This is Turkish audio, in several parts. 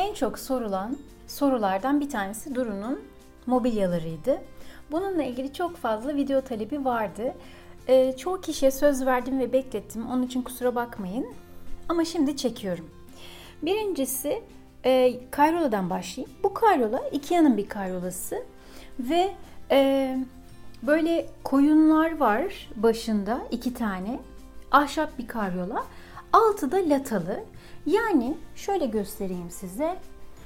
En çok sorulan sorulardan bir tanesi Duru'nun mobilyalarıydı. Bununla ilgili çok fazla video talebi vardı. Çoğu kişiye söz verdim ve beklettim. Onun için kusura bakmayın. Ama şimdi çekiyorum. Birincisi kayroladan başlayayım. Bu kayrola Ikea'nın bir kayrolası ve böyle koyunlar var başında 2 tane. Ahşap bir karyola. Altı da latalı. Yani şöyle göstereyim size.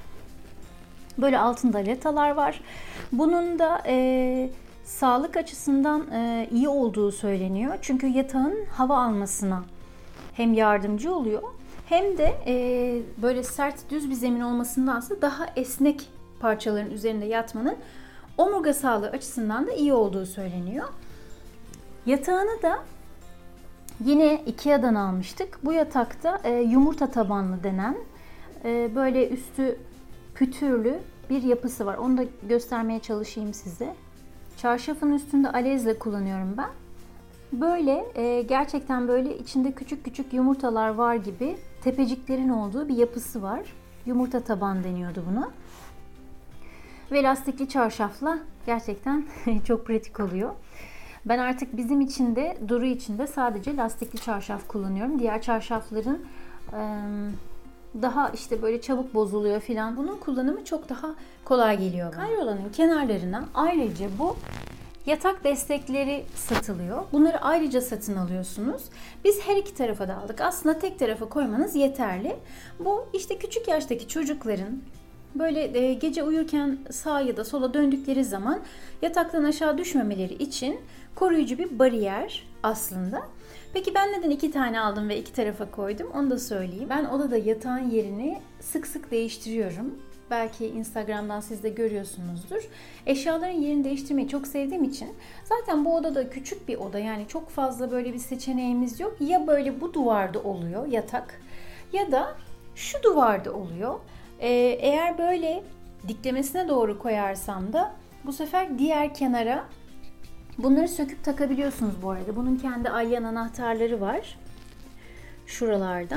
Böyle altında latalar var. Bunun da sağlık açısından iyi olduğu söyleniyor. Çünkü yatağın hava almasına hem yardımcı oluyor hem de böyle sert düz bir zemin olmasındansa daha esnek parçaların üzerinde yatmanın omurga sağlığı açısından da iyi olduğu söyleniyor. Yatağını da yine Ikea'dan almıştık. Bu yatakta yumurta tabanlı denen böyle üstü pütürlü bir yapısı var. Onu da göstermeye çalışayım size. Çarşafın üstünde alezle kullanıyorum ben. Böyle gerçekten böyle içinde küçük küçük yumurtalar var gibi tepeciklerin olduğu bir yapısı var. Yumurta taban deniyordu buna. Ve lastikli çarşafla gerçekten çok pratik oluyor. Ben artık bizim için de Duru için de sadece lastikli çarşaf kullanıyorum. Diğer çarşafların daha işte böyle çabuk bozuluyor filan. Bunun kullanımı çok daha kolay geliyor bana. Kayrolanın kenarlarına ayrıca bu yatak destekleri satılıyor. Bunları ayrıca satın alıyorsunuz. Biz her iki tarafa da aldık. Aslında tek tarafa koymanız yeterli. Bu işte küçük yaştaki çocukların böyle gece uyurken sağa ya da sola döndükleri zaman yataktan aşağı düşmemeleri için koruyucu bir bariyer aslında. Peki ben neden 2 tane aldım ve 2 tarafa koydum? Onu da söyleyeyim. Ben odada yatağın yerini sık sık değiştiriyorum. Belki Instagram'dan siz de görüyorsunuzdur. Eşyaların yerini değiştirmeyi çok sevdiğim için zaten bu odada küçük bir oda, yani çok fazla böyle bir seçeneğimiz yok. Ya böyle bu duvarda oluyor yatak ya da şu duvarda oluyor. Eğer böyle diklemesine doğru koyarsam da bu sefer diğer kenara bunları söküp takabiliyorsunuz bu arada. Bunun kendi ayyan anahtarları var. Şuralardan.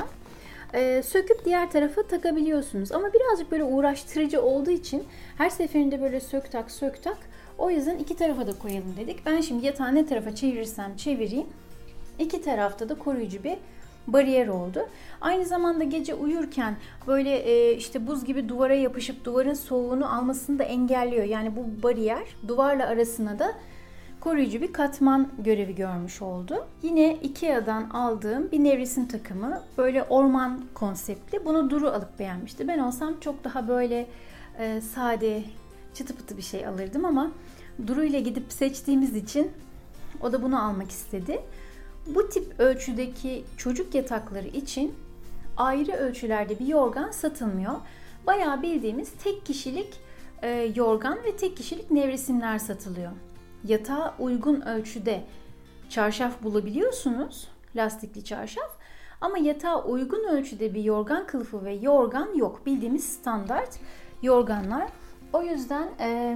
Söküp diğer tarafa takabiliyorsunuz. Ama birazcık böyle uğraştırıcı olduğu için her seferinde böyle sök tak sök tak. O yüzden 2 tarafa da koyalım dedik. Ben şimdi yatağı ne tarafa çevirirsem çevireyim, 2 tarafta da koruyucu bir bariyer oldu. Aynı zamanda gece uyurken böyle işte buz gibi duvara yapışıp duvarın soğuğunu almasını da engelliyor. Yani bu bariyer duvarla arasına da koruyucu bir katman görevi görmüş oldu. Yine Ikea'dan aldığım bir nevresim takımı. Böyle orman konseptli. Bunu Duru alıp beğenmişti. Ben olsam çok daha böyle sade, çıtı pıtı bir şey alırdım ama Duru ile gidip seçtiğimiz için o da bunu almak istedi. Bu tip ölçüdeki çocuk yatakları için ayrı ölçülerde bir yorgan satılmıyor. Bayağı bildiğimiz tek kişilik yorgan ve tek kişilik nevresimler satılıyor. Yatağa uygun ölçüde çarşaf bulabiliyorsunuz, lastikli çarşaf. Ama yatağa uygun ölçüde bir yorgan kılıfı ve yorgan yok. Bildiğimiz standart yorganlar. O yüzden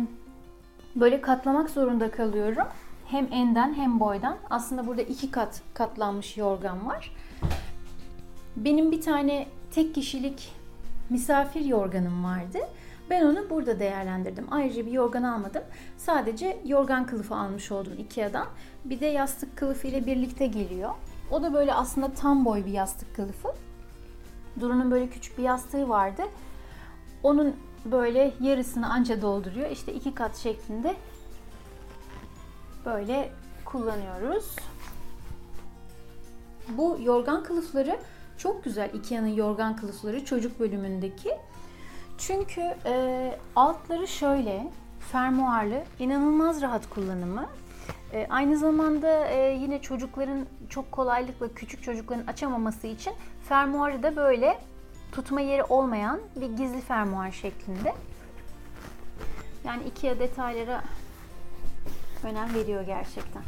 böyle katlamak zorunda kalıyorum. Hem enden hem boydan. Aslında burada 2 kat katlanmış yorgan var. Benim bir tane tek kişilik misafir yorganım vardı. Ben onu burada değerlendirdim. Ayrıca bir yorgan almadım. Sadece yorgan kılıfı almış oldum Ikea'dan. Bir de yastık kılıfı ile birlikte geliyor. O da böyle aslında tam boy bir yastık kılıfı. Duru'nun böyle küçük bir yastığı vardı. Onun böyle yarısını anca dolduruyor. İşte 2 kat şeklinde böyle kullanıyoruz. Bu yorgan kılıfları çok güzel. Ikea'nın yorgan kılıfları çocuk bölümündeki. Çünkü altları şöyle fermuarlı, inanılmaz rahat kullanımı. Aynı zamanda yine çocukların çok kolaylıkla, küçük çocukların açamaması için fermuarı da böyle tutma yeri olmayan bir gizli fermuar şeklinde. Yani Ikea detaylara önem veriyor gerçekten.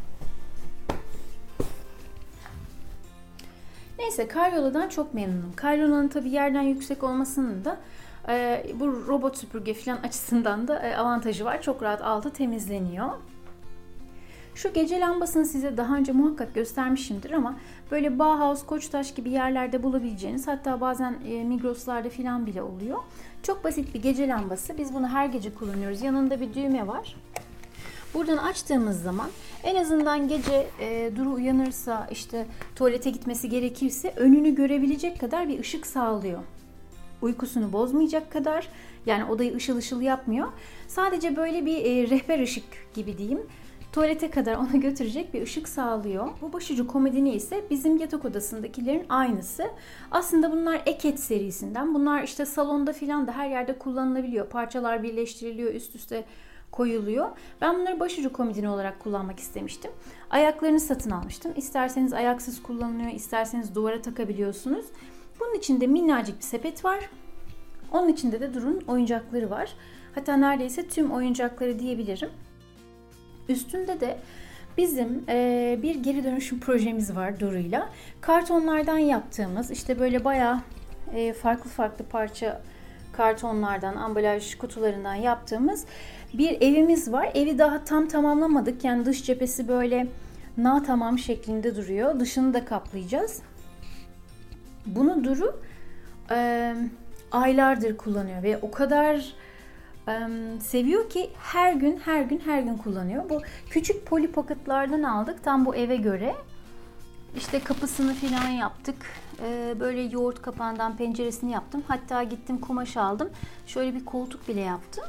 Neyse, karyoladan çok memnunum. Karyolanın tabii yerden yüksek olmasının da bu robot süpürge falan açısından da avantajı var. Çok rahat altı temizleniyor. Şu gece lambasını size daha önce muhakkak göstermişimdir ama böyle Bauhaus, Koçtaş gibi yerlerde bulabileceğiniz, hatta bazen Migros'larda falan bile oluyor. Çok basit bir gece lambası. Biz bunu her gece kullanıyoruz. Yanında bir düğme var. Buradan açtığımız zaman en azından gece Duru uyanırsa, işte tuvalete gitmesi gerekirse önünü görebilecek kadar bir ışık sağlıyor. Uykusunu bozmayacak kadar, yani odayı ışıl ışıl yapmıyor. Sadece böyle bir rehber ışık gibi diyeyim. Tuvalete kadar onu götürecek bir ışık sağlıyor. Bu başucu komodini ise bizim yatak odasındakilerin aynısı. Aslında bunlar Eket serisinden. Bunlar işte salonda filan da her yerde kullanılabiliyor. Parçalar birleştiriliyor, üst üste koyuluyor. Ben bunları başucu komodini olarak kullanmak istemiştim. Ayaklarını satın almıştım. İsterseniz ayaksız kullanılıyor, isterseniz duvara takabiliyorsunuz. Bunun içinde minnacık bir sepet var. Onun içinde de Duru'nun oyuncakları var. Hatta neredeyse tüm oyuncakları diyebilirim. Üstünde de bizim bir geri dönüşüm projemiz var Duru'yla. Kartonlardan yaptığımız, işte böyle bayağı farklı farklı parça kartonlardan, ambalaj kutularından yaptığımız bir evimiz var. Evi daha tam tamamlamadık. Yani dış cephesi böyle tamam şeklinde duruyor. Dışını da kaplayacağız. Bunu Duru aylardır kullanıyor ve o kadar seviyor ki her gün kullanıyor. Bu küçük Polly Pocket'lardan aldık. Tam bu eve göre. İşte kapısını falan yaptık. Böyle yoğurt kapağından penceresini yaptım. Hatta gittim kumaş aldım. Şöyle bir koltuk bile yaptım.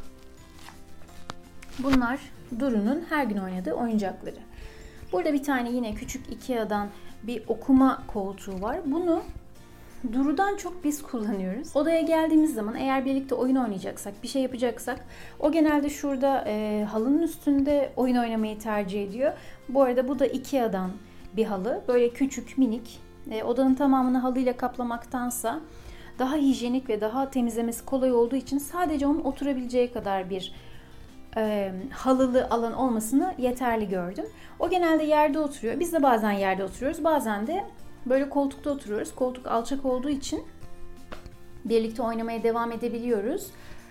Bunlar Duru'nun her gün oynadığı oyuncakları. Burada bir tane yine küçük Ikea'dan bir okuma koltuğu var. Bunu Duru'dan çok biz kullanıyoruz. Odaya geldiğimiz zaman eğer birlikte oyun oynayacaksak, bir şey yapacaksak o genelde şurada halının üstünde oyun oynamayı tercih ediyor. Bu arada bu da Ikea'dan bir halı. Böyle küçük, minik. Odanın tamamını halıyla kaplamaktansa daha hijyenik ve daha temizlemesi kolay olduğu için sadece onun oturabileceği kadar bir halılı alan olmasını yeterli gördüm. O genelde yerde oturuyor. Biz de bazen yerde oturuyoruz. Bazen de böyle koltukta oturuyoruz. Koltuk alçak olduğu için birlikte oynamaya devam edebiliyoruz.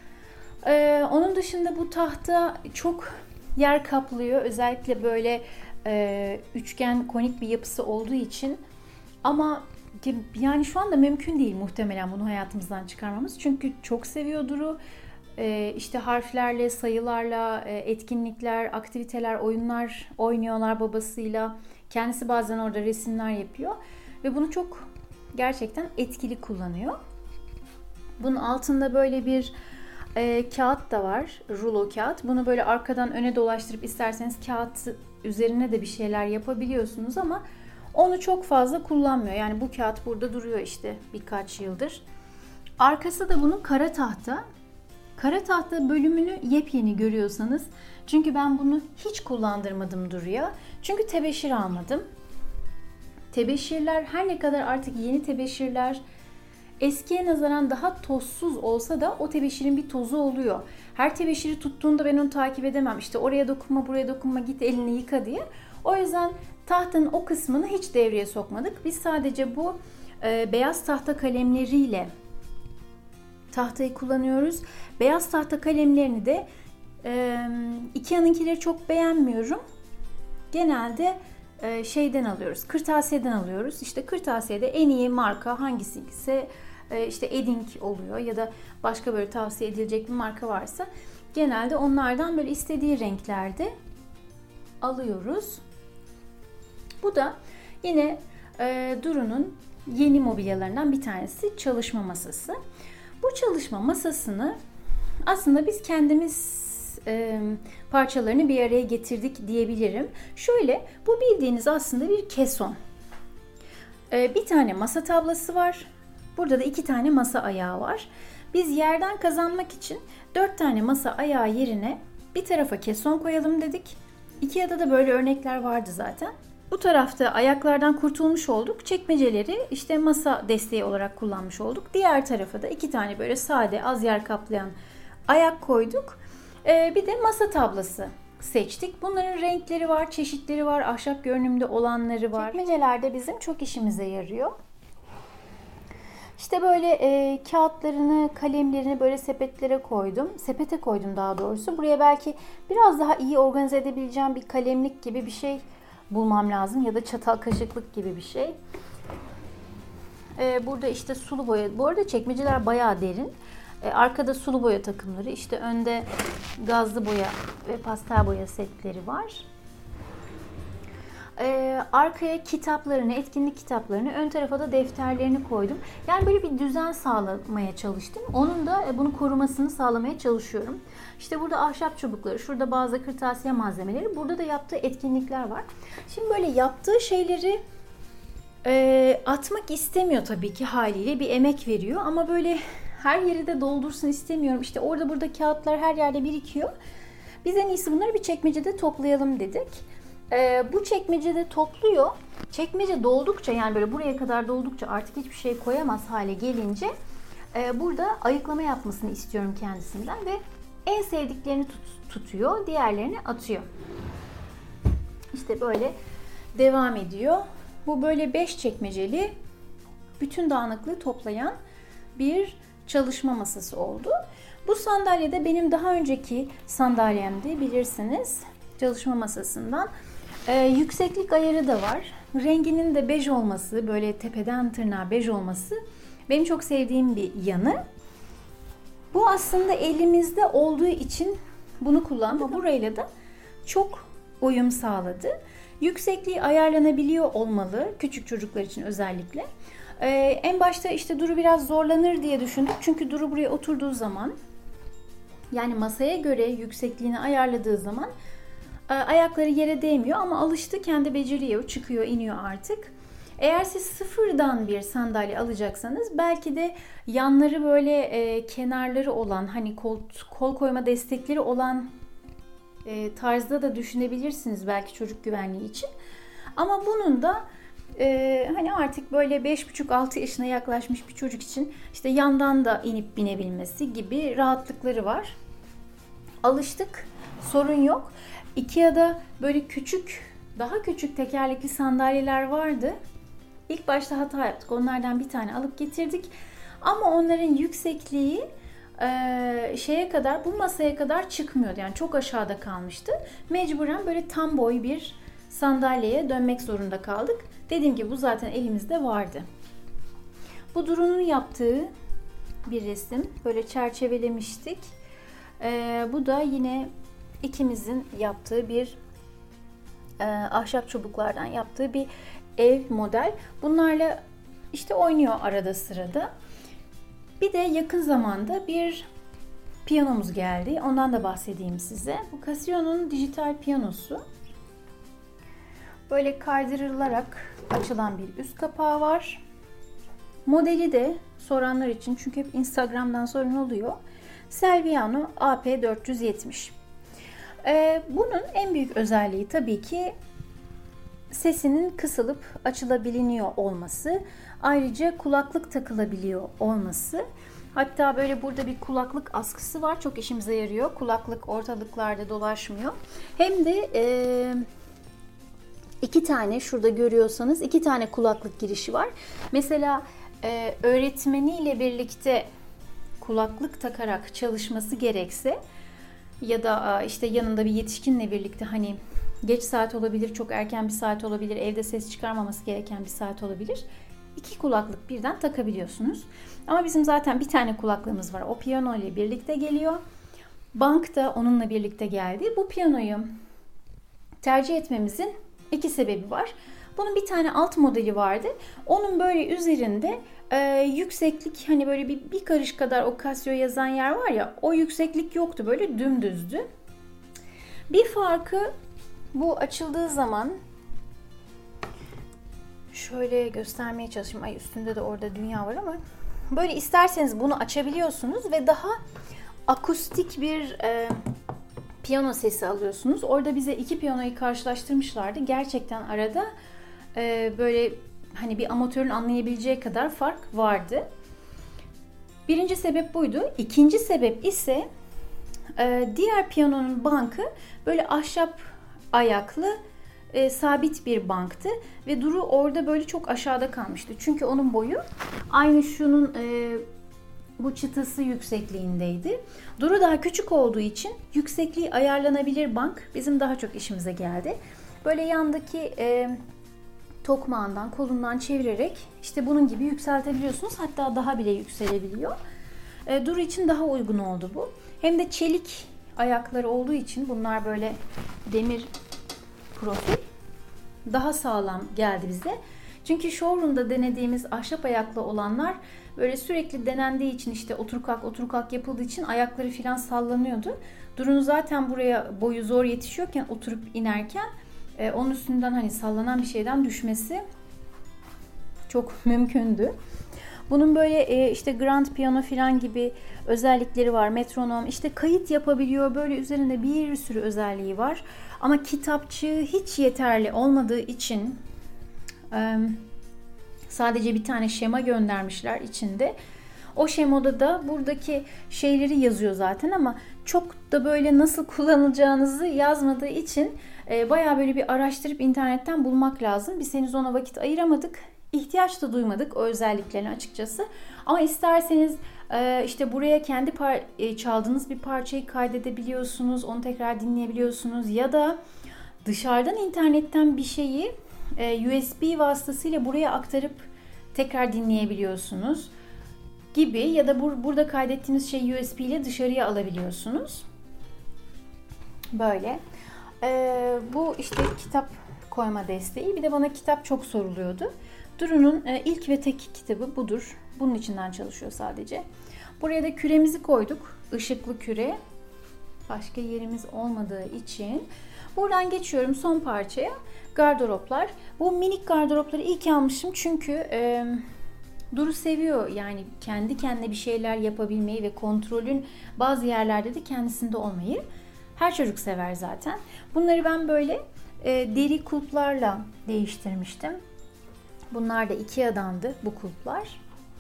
Onun dışında bu tahta çok yer kaplıyor. Özellikle böyle üçgen, konik bir yapısı olduğu için. Ama yani şu anda mümkün değil muhtemelen bunu hayatımızdan çıkarmamız. Çünkü çok seviyor Duru. İşte harflerle, sayılarla, etkinlikler, aktiviteler, oyunlar oynuyorlar babasıyla. Kendisi bazen orada resimler yapıyor. Ve bunu çok gerçekten etkili kullanıyor. Bunun altında böyle bir kağıt da var. Rulo kağıt. Bunu böyle arkadan öne dolaştırıp isterseniz kağıt üzerine de bir şeyler yapabiliyorsunuz ama onu çok fazla kullanmıyor. Yani bu kağıt burada duruyor işte birkaç yıldır. Arkası da bunun kara tahta. Kara tahta bölümünü yepyeni görüyorsanız. Çünkü ben bunu hiç kullandırmadım Duru'ya. Çünkü tebeşir almadım. Tebeşirler her ne kadar artık yeni tebeşirler eskiye nazaran daha tozsuz olsa da o tebeşirin bir tozu oluyor. Her tebeşiri tuttuğunda ben onu takip edemem. İşte oraya dokunma, buraya dokunma, git elini yıka diye. O yüzden tahtanın o kısmını hiç devreye sokmadık. Biz sadece bu beyaz tahta kalemleriyle tahtayı kullanıyoruz. Beyaz tahta kalemlerini de Ikea'nınkileri çok beğenmiyorum. Genelde şeyden alıyoruz, kırtasiyeden alıyoruz. İşte kırtasiyede en iyi marka hangisi ise işte Edding oluyor ya da başka böyle tavsiye edilecek bir marka varsa genelde onlardan böyle istediği renklerde alıyoruz. Bu da yine Duru'nun yeni mobilyalarından bir tanesi, çalışma masası. Bu çalışma masasını aslında biz kendimiz parçalarını bir araya getirdik diyebilirim. Şöyle, bu bildiğiniz aslında bir keson. Bir tane masa tablası var. Burada da 2 tane masa ayağı var. Biz yerden kazanmak için 4 tane masa ayağı yerine bir tarafa keson koyalım dedik. Ikea'da da böyle örnekler vardı zaten. Bu tarafta ayaklardan kurtulmuş olduk. Çekmeceleri işte masa desteği olarak kullanmış olduk. Diğer tarafa da 2 tane böyle sade, az yer kaplayan ayak koyduk. Bir de masa tablası seçtik. Bunların renkleri var, çeşitleri var, ahşap görünümde olanları var. Çekmecelerde bizim çok işimize yarıyor. İşte böyle kağıtlarını, kalemlerini böyle sepetlere koydum. Sepete koydum daha doğrusu. Buraya belki biraz daha iyi organize edebileceğim bir kalemlik gibi bir şey bulmam lazım. Ya da çatal kaşıklık gibi bir şey. Burada işte sulu boya. Bu arada çekmeceler bayağı derin. Arkada sulu boya takımları. İşte önde gazlı boya ve pastel boya setleri var. Arkaya kitaplarını, etkinlik kitaplarını, ön tarafa da defterlerini koydum. Yani böyle bir düzen sağlamaya çalıştım. Onun da bunu korumasını sağlamaya çalışıyorum. İşte burada ahşap çubukları, şurada bazı kırtasiye malzemeleri, burada da yaptığı etkinlikler var. Şimdi böyle yaptığı şeyleri atmak istemiyor tabii ki, haliyle bir emek veriyor ama böyle her yeri de doldursun istemiyorum. İşte orada burada kağıtlar her yerde birikiyor. Biz en iyisi bunları bir çekmecede toplayalım dedik. Bu çekmecede topluyor. Çekmece doldukça, yani böyle buraya kadar doldukça, artık hiçbir şey koyamaz hale gelince burada ayıklama yapmasını istiyorum kendisinden ve en sevdiklerini tutuyor, diğerlerini atıyor. İşte böyle devam ediyor. Bu böyle 5 çekmeceli, bütün dağınıklığı toplayan bir çalışma masası oldu. Bu sandalye de benim daha önceki sandalyemdi, bilirsiniz, çalışma masasından. Yükseklik ayarı da var. Renginin de bej olması, böyle tepeden tırnağa bej olması benim çok sevdiğim bir yanı. Bu aslında elimizde olduğu için bunu kullandım ama burayla da çok uyum sağladı. Yüksekliği ayarlanabiliyor olmalı, küçük çocuklar için özellikle. En başta işte Duru biraz zorlanır diye düşündük. Çünkü Duru buraya oturduğu zaman, yani masaya göre yüksekliğini ayarladığı zaman ayakları yere değmiyor ama alıştı, kendi beceriyor, çıkıyor, iniyor artık. Eğer siz sıfırdan bir sandalye alacaksanız belki de yanları böyle kenarları olan, hani kol koyma destekleri olan tarzda da düşünebilirsiniz belki çocuk güvenliği için. Ama bunun da hani artık böyle 5,5-6 yaşına yaklaşmış bir çocuk için işte yandan da inip binebilmesi gibi rahatlıkları var. Alıştık, sorun yok. IKEA'da böyle küçük, daha küçük tekerlekli sandalyeler vardı. İlk başta hata yaptık. Onlardan bir tane alıp getirdik. Ama onların yüksekliği şeye kadar, bu masaya kadar çıkmıyordu. Yani çok aşağıda kalmıştı. Mecburen böyle tam boy bir sandalyeye dönmek zorunda kaldık. Dediğim gibi bu zaten elimizde vardı. Bu Duru'nun yaptığı bir resim. Böyle çerçevelemiştik. Bu da yine ikimizin yaptığı bir ahşap çubuklardan yaptığı bir ev model. Bunlarla işte oynuyor arada sırada. Bir de yakın zamanda bir piyanomuz geldi. Ondan da bahsedeyim size. Bu Casio'nun dijital piyanosu. Böyle kaydırılarak açılan bir üst kapağı var. Modeli de soranlar için, çünkü hep Instagram'dan sorun oluyor, Celviano AP470. Bunun en büyük özelliği tabii ki sesinin kısılıp açılabiliyor olması. Ayrıca kulaklık takılabiliyor olması. Hatta böyle burada bir kulaklık askısı var. Çok işimize yarıyor. Kulaklık ortalıklarda dolaşmıyor. Hem de iki tane, şurada görüyorsanız, iki tane kulaklık girişi var. Mesela öğretmeniyle birlikte kulaklık takarak çalışması gerekse ya da işte yanında bir yetişkinle birlikte, hani geç saat olabilir, çok erken bir saat olabilir, evde ses çıkarmaması gereken bir saat olabilir. İki kulaklık birden takabiliyorsunuz. Ama bizim zaten bir tane kulaklığımız var. O piyano ile birlikte geliyor. Bank da onunla birlikte geldi. Bu piyanoyu tercih etmemizin iki sebebi var. Bunun bir tane alt modeli vardı. Onun böyle üzerinde yükseklik, hani böyle bir karış kadar o Casio yazan yer var ya, o yükseklik yoktu. Böyle dümdüzdü. Bir farkı, bu açıldığı zaman şöyle göstermeye çalışayım. Ay, üstünde de orada dünya var ama böyle isterseniz bunu açabiliyorsunuz ve daha akustik bir piyano sesi alıyorsunuz. Orada bize iki piyanoyu karşılaştırmışlardı. Gerçekten arada böyle hani bir amatörün anlayabileceği kadar fark vardı. Birinci sebep buydu. İkinci sebep ise diğer piyanonun bankı böyle ahşap ayaklı sabit bir banktı ve Duru orada böyle çok aşağıda kalmıştı. Çünkü onun boyu aynı şunun bu çıtası yüksekliğindeydi. Duru daha küçük olduğu için yüksekliği ayarlanabilir bank bizim daha çok işimize geldi. Böyle yandaki tokmağından, kolundan çevirerek işte bunun gibi yükseltebiliyorsunuz. Hatta daha bile yükselebiliyor. Duru için daha uygun oldu bu. Hem de çelik ayakları olduğu için bunlar böyle demir profil daha sağlam geldi bize. Çünkü showroom'da denediğimiz ahşap ayaklı olanlar böyle sürekli denendiği için işte otur kalk yapıldığı için ayakları filan sallanıyordu. Duru'nun zaten buraya boyu zor yetişiyorken oturup inerken onun üstünden hani sallanan bir şeyden düşmesi çok mümkündü. Bunun böyle işte grand piyano falan gibi özellikleri var. Metronom, işte kayıt yapabiliyor. Böyle üzerinde bir sürü özelliği var. Ama kitapçığı hiç yeterli olmadığı için sadece bir tane şema göndermişler içinde. O şemada da buradaki şeyleri yazıyor zaten ama çok da böyle nasıl kullanılacağınızı yazmadığı için bayağı böyle bir araştırıp internetten bulmak lazım. Biz henüz ona vakit ayıramadık. İhtiyaç da duymadık o özelliklerine açıkçası. Ama isterseniz işte buraya kendi çaldığınız bir parçayı kaydedebiliyorsunuz. Onu tekrar dinleyebiliyorsunuz. Ya da dışarıdan internetten bir şeyi USB vasıtasıyla buraya aktarıp tekrar dinleyebiliyorsunuz gibi. Ya da burada kaydettiğiniz şeyi USB ile dışarıya alabiliyorsunuz. Böyle. Bu işte kitap koyma desteği. Bir de bana kitap çok soruluyordu. Duru'nun ilk ve tek kitabı budur. Bunun içinden çalışıyor sadece. Buraya da küremizi koyduk. Işıklı küre. Başka yerimiz olmadığı için. Buradan geçiyorum son parçaya. Gardıroplar. Bu minik gardıropları ilk almışım çünkü Duru seviyor yani kendi kendine bir şeyler yapabilmeyi ve kontrolün bazı yerlerde de kendisinde olmayı. Her çocuk sever zaten. Bunları ben böyle deri kulplarla değiştirmiştim. Bunlar da Ikea'dandı bu kulplar.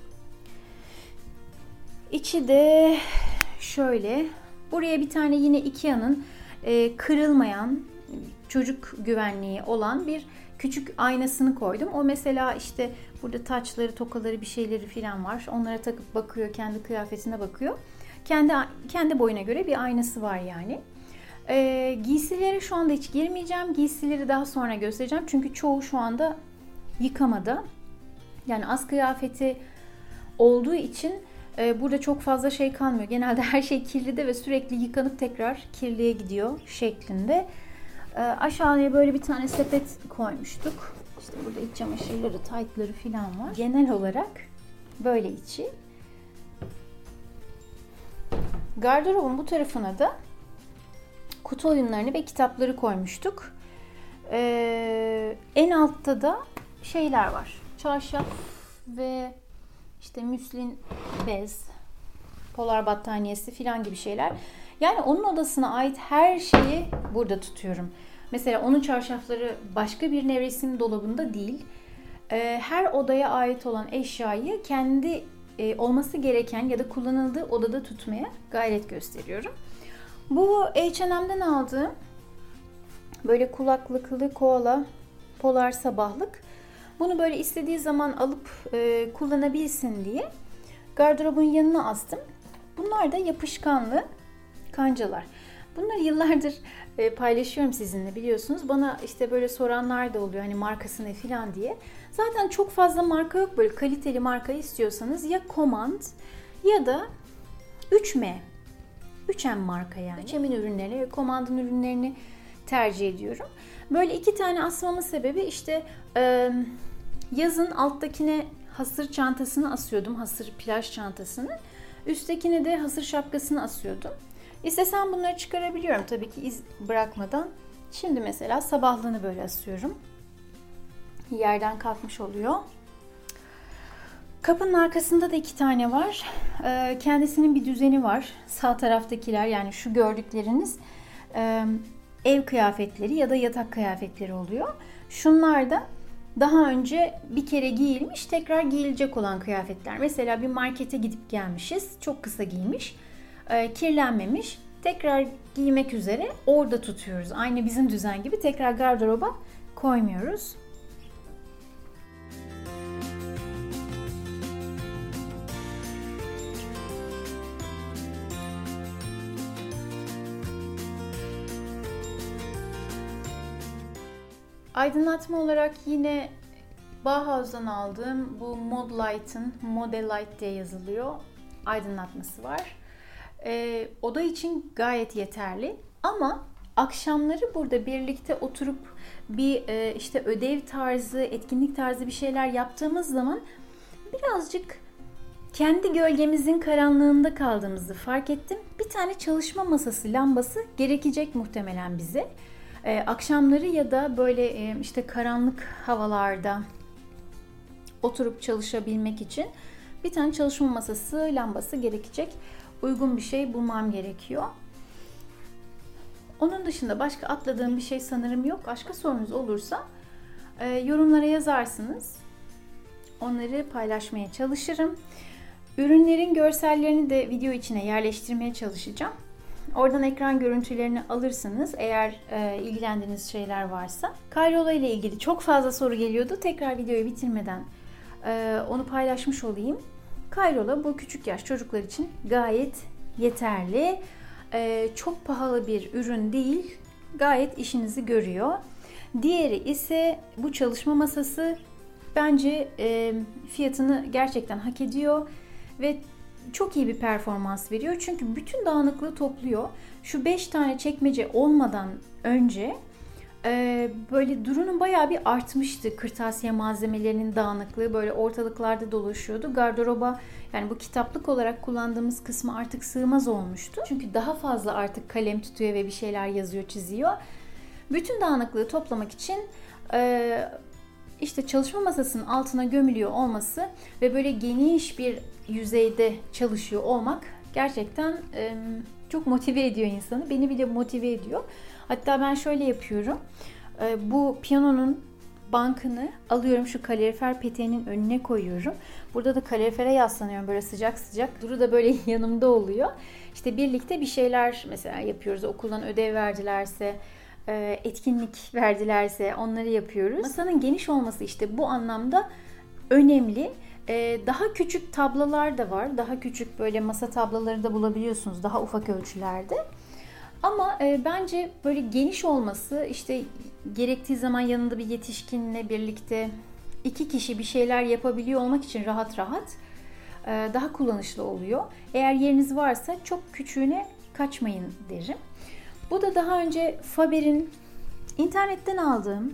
İçi de şöyle. Buraya bir tane yine Ikea'nın kırılmayan çocuk güvenliği olan bir küçük aynasını koydum. O mesela işte burada taçları, tokaları bir şeyleri falan var. Onlara takıp bakıyor, kendi kıyafetine bakıyor. Kendi boyuna göre bir aynası var yani. Giysilere şu anda hiç girmeyeceğim. Giysileri daha sonra göstereceğim. Çünkü çoğu şu anda yıkamada. Yani az kıyafeti olduğu için burada çok fazla şey kalmıyor. Genelde her şey kirlide ve sürekli yıkanıp tekrar kirliye gidiyor şeklinde. Aşağıya böyle bir tane sepet koymuştuk. İşte burada iç çamaşırları, taytları falan var. Genel olarak böyle içi. Gardırobun bu tarafına da kutu oyunlarını ve kitapları koymuştuk. En altta da şeyler var. Çarşaf ve işte müslin bez, polar battaniyesi falan gibi şeyler. Yani onun odasına ait her şeyi burada tutuyorum. Mesela onun çarşafları başka bir nevresim dolabında değil. Her odaya ait olan eşyayı kendi olması gereken ya da kullanıldığı odada tutmaya gayret gösteriyorum. Bu H&M'den aldığım böyle kulaklıklı koala polar sabahlık. Bunu böyle istediği zaman alıp kullanabilsin diye gardırobun yanına astım. Bunlar da yapışkanlı kancalar. Bunları yıllardır paylaşıyorum sizinle biliyorsunuz. Bana işte böyle soranlar da oluyor hani markası ne falan diye. Zaten çok fazla marka yok, böyle kaliteli marka istiyorsanız ya Command ya da 3M. 3M marka yani. 3M'in ürünlerini ve Command'ın ürünlerini tercih ediyorum. Böyle iki tane asmamın sebebi işte yazın alttakine hasır çantasını asıyordum. Hasır plaj çantasını. Üsttekine de hasır şapkasını asıyordum. İstesem bunları çıkarabiliyorum tabii ki iz bırakmadan. Şimdi mesela sabahlığını böyle asıyorum. Yerden kalkmış oluyor. Kapının arkasında da iki tane var. Kendisinin bir düzeni var. Sağ taraftakiler yani şu gördükleriniz ev kıyafetleri ya da yatak kıyafetleri oluyor. Şunlar da daha önce bir kere giyilmiş, tekrar giyilecek olan kıyafetler. Mesela bir markete gidip gelmişiz, çok kısa giymiş, kirlenmemiş, tekrar giymek üzere orada tutuyoruz. Aynı bizim düzen gibi tekrar gardıroba koymuyoruz. Aydınlatma olarak yine Bauhaus'dan aldığım bu Modlight'ın, Modelight diye yazılıyor, aydınlatması var. Oda için gayet yeterli. Ama akşamları burada birlikte oturup bir işte ödev tarzı, etkinlik tarzı bir şeyler yaptığımız zaman birazcık kendi gölgemizin karanlığında kaldığımızı fark ettim. Bir tane çalışma masası, lambası gerekecek muhtemelen bize. Akşamları ya da böyle işte karanlık havalarda oturup çalışabilmek için bir tane çalışma masası, lambası gerekecek. Uygun bir şey bulmam gerekiyor. Onun dışında başka atladığım bir şey sanırım yok. Başka sorunuz olursa yorumlara yazarsınız. Onları paylaşmaya çalışırım. Ürünlerin görsellerini de video içine yerleştirmeye çalışacağım. Oradan ekran görüntülerini alırsınız eğer ilgilendiğiniz şeyler varsa. Kayrola ile ilgili çok fazla soru geliyordu. Tekrar videoyu bitirmeden onu paylaşmış olayım. Kayrola bu küçük yaş çocuklar için gayet yeterli. Çok pahalı bir ürün değil. Gayet işinizi görüyor. Diğeri ise bu çalışma masası. Bence fiyatını gerçekten hak ediyor ve çok iyi bir performans veriyor. Çünkü bütün dağınıklığı topluyor. Şu 5 tane çekmece olmadan önce böyle Duru'nun bayağı bir artmıştı. Kırtasiye malzemelerinin dağınıklığı böyle ortalıklarda dolaşıyordu. Gardıroba, yani bu kitaplık olarak kullandığımız kısmı artık sığmaz olmuştu. Çünkü daha fazla artık kalem tutuyor ve bir şeyler yazıyor, çiziyor. Bütün dağınıklığı toplamak için işte çalışma masasının altına gömülüyor olması ve böyle geniş bir yüzeyde çalışıyor olmak gerçekten çok motive ediyor insanı. Beni bile motive ediyor. Hatta ben şöyle yapıyorum. Bu piyanonun bankını alıyorum, şu kalorifer peteğinin önüne koyuyorum. Burada da kalorifere yaslanıyorum böyle sıcak sıcak. Duru da böyle yanımda oluyor. İşte birlikte bir şeyler mesela yapıyoruz. Okuldan ödev verdilerse, etkinlik verdilerse onları yapıyoruz. Masanın geniş olması işte bu anlamda önemli. Daha küçük tablalar da var. Daha küçük böyle masa tablaları da bulabiliyorsunuz daha ufak ölçülerde. Ama bence böyle geniş olması, işte gerektiği zaman yanında bir yetişkinle birlikte 2 kişi bir şeyler yapabiliyor olmak için rahat rahat daha kullanışlı oluyor. Eğer yeriniz varsa çok küçüğüne kaçmayın derim. Bu da daha önce Faber'in internetten aldığım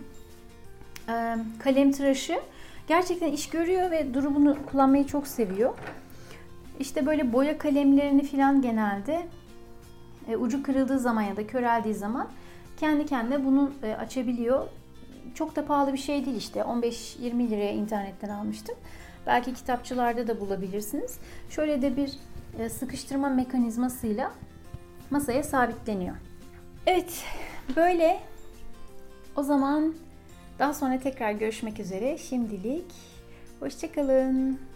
kalem tıraşı. Gerçekten iş görüyor ve Duru bunu kullanmayı çok seviyor. İşte böyle boya kalemlerini falan genelde ucu kırıldığı zaman ya da köreldiği zaman kendi kendine bunu açabiliyor. Çok da pahalı bir şey değil işte. 15-20 liraya internetten almıştım. Belki kitapçılarda da bulabilirsiniz. Şöyle de bir sıkıştırma mekanizmasıyla masaya sabitleniyor. Evet, böyle. O zaman daha sonra tekrar görüşmek üzere. Şimdilik hoşça kalın.